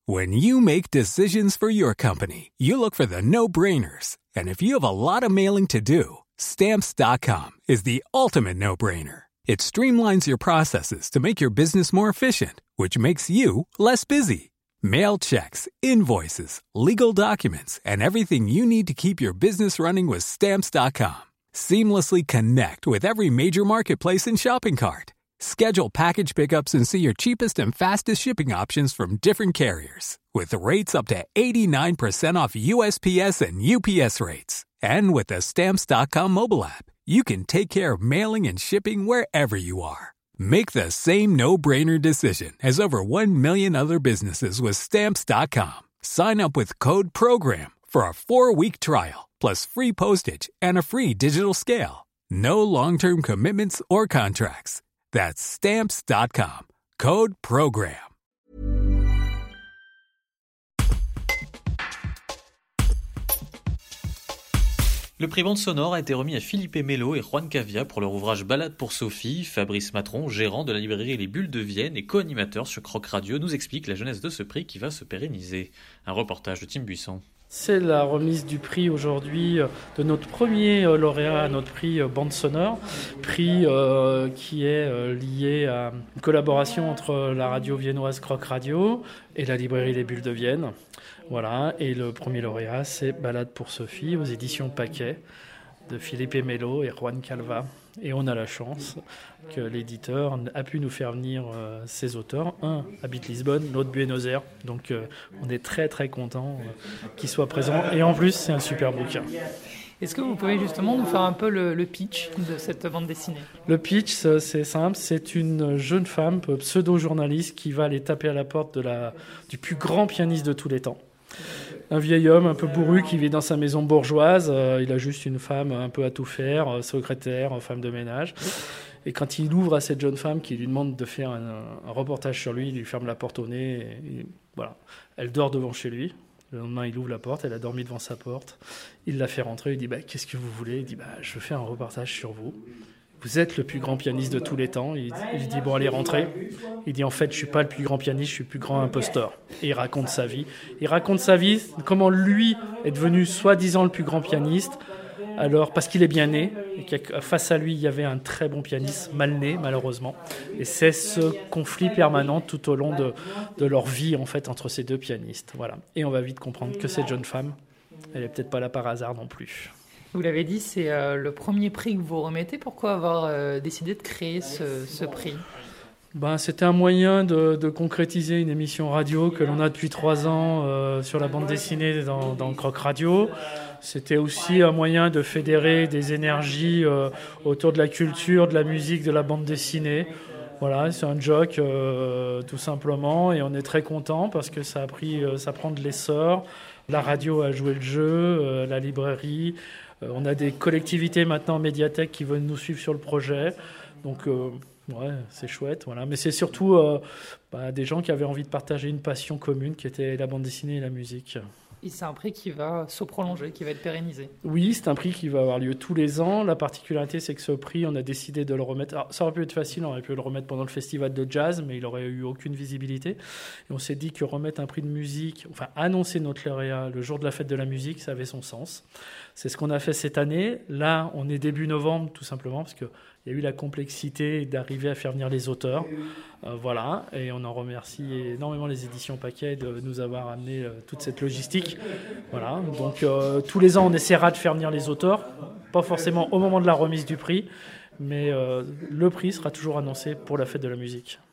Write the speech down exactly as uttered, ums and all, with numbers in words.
When you make decisions for your company, you look for the no-brainers. And if you have a lot of mailing to do, Stamps dot com is the ultimate no-brainer. It streamlines your processes to make your business more efficient, which makes you less busy. Mail checks, invoices, legal documents, and everything you need to keep your business running with Stamps dot com. Seamlessly connect with every major marketplace and shopping cart. Schedule package pickups and see your cheapest and fastest shipping options from different carriers. With rates up to eighty-nine percent off U S P S and U P S rates. And with the Stamps dot com mobile app, you can take care of mailing and shipping wherever you are. Make the same no-brainer decision as over one million other businesses with Stamps dot com. Sign up with code PROGRAM for a four-week trial, plus free postage and a free digital scale. No long-term commitments or contracts. That's Stamps dot com. Code PROGRAM. Le prix bande sonore a été remis à Philippe Melo et Juan Cavia pour leur ouvrage Balade pour Sophie. Fabrice Matron, gérant de la librairie Les Bulles de Vienne et co-animateur sur Croc Radio, nous explique la jeunesse de ce prix qui va se pérenniser. Un reportage de Tim Buisson. C'est la remise du prix aujourd'hui de notre premier lauréat, notre prix bande sonore, prix euh, qui est euh, lié à une collaboration entre la radio viennoise Croc Radio et la librairie Les Bulles de Vienne. Voilà, et le premier lauréat, c'est Balade pour Sophie aux éditions Paquet de Philippe Melo et Juan Calva. Et on a la chance que l'éditeur a pu nous faire venir euh, ses auteurs. Un habite Lisbonne, l'autre Buenos Aires. Donc euh, on est très très content euh, qu'ils soient présents. Et en plus, c'est un super bouquin. Est-ce que vous pouvez justement nous faire un peu le, le pitch de cette bande dessinée ? Le pitch, c'est simple. C'est une jeune femme, pseudo-journaliste, qui va aller taper à la porte de la, du plus grand pianiste de tous les temps. Un vieil homme un peu bourru qui vit dans sa maison bourgeoise. Euh, il a juste une femme un peu à tout faire, euh, secrétaire, euh, femme de ménage. Et quand il ouvre à cette jeune femme qui lui demande de faire un, un reportage sur lui, il lui ferme la porte au nez. Et, et, voilà. Elle dort devant chez lui. Le lendemain, il ouvre la porte. Elle a dormi devant sa porte. Il la fait rentrer. Il dit bah, « Qu'est-ce que vous voulez ?» Il dit bah, « Je veux faire un reportage sur vous. Vous êtes le plus grand pianiste de tous les temps. » Il, il dit « Bon, allez, rentrez. » Il dit « En fait, je suis pas le plus grand pianiste, je suis le plus grand imposteur. » Et il raconte sa vie. Il raconte sa vie, comment lui est devenu soi-disant le plus grand pianiste, alors parce qu'il est bien né, et que face à lui, il y avait un très bon pianiste mal né, malheureusement. Et c'est ce conflit permanent tout au long de, de leur vie, en fait, entre ces deux pianistes. Voilà. Et on va vite comprendre que cette jeune femme, elle est peut-être pas là par hasard non plus. Vous l'avez dit, c'est euh, le premier prix que vous remettez. Pourquoi avoir euh, décidé de créer ce, ce prix ? Ben, c'était un moyen de, de concrétiser une émission radio que l'on a depuis trois ans euh, sur la bande dessinée dans, dans Croc Radio. C'était aussi un moyen de fédérer des énergies euh, autour de la culture, de la musique, de la bande dessinée. Voilà, c'est un joke euh, tout simplement, et on est très content parce que ça a pris, euh, ça prend de l'essor. La radio a joué le jeu, euh, la librairie. Euh, on a des collectivités maintenant, médiathèques, qui veulent nous suivre sur le projet. Donc, euh, ouais, c'est chouette. Voilà. Mais c'est surtout euh, bah, des gens qui avaient envie de partager une passion commune qui était la bande dessinée et la musique. Et c'est un prix qui va se prolonger, qui va être pérennisé. Oui, c'est un prix qui va avoir lieu tous les ans. La particularité, c'est que ce prix, on a décidé de le remettre. Alors, ça aurait pu être facile, on aurait pu le remettre pendant le festival de jazz, mais il n'aurait eu aucune visibilité. Et on s'est dit que remettre un prix de musique, enfin annoncer notre lauréat le jour de la fête de la musique, ça avait son sens. C'est ce qu'on a fait cette année. Là, on est début novembre, tout simplement, parce qu'il y a eu la complexité d'arriver à faire venir les auteurs. Euh, voilà, et on en remercie énormément les éditions Paquet de nous avoir amené euh, toute cette logistique. Voilà, donc euh, tous les ans, on essaiera de faire venir les auteurs, pas forcément au moment de la remise du prix, mais euh, le prix sera toujours annoncé pour la fête de la musique.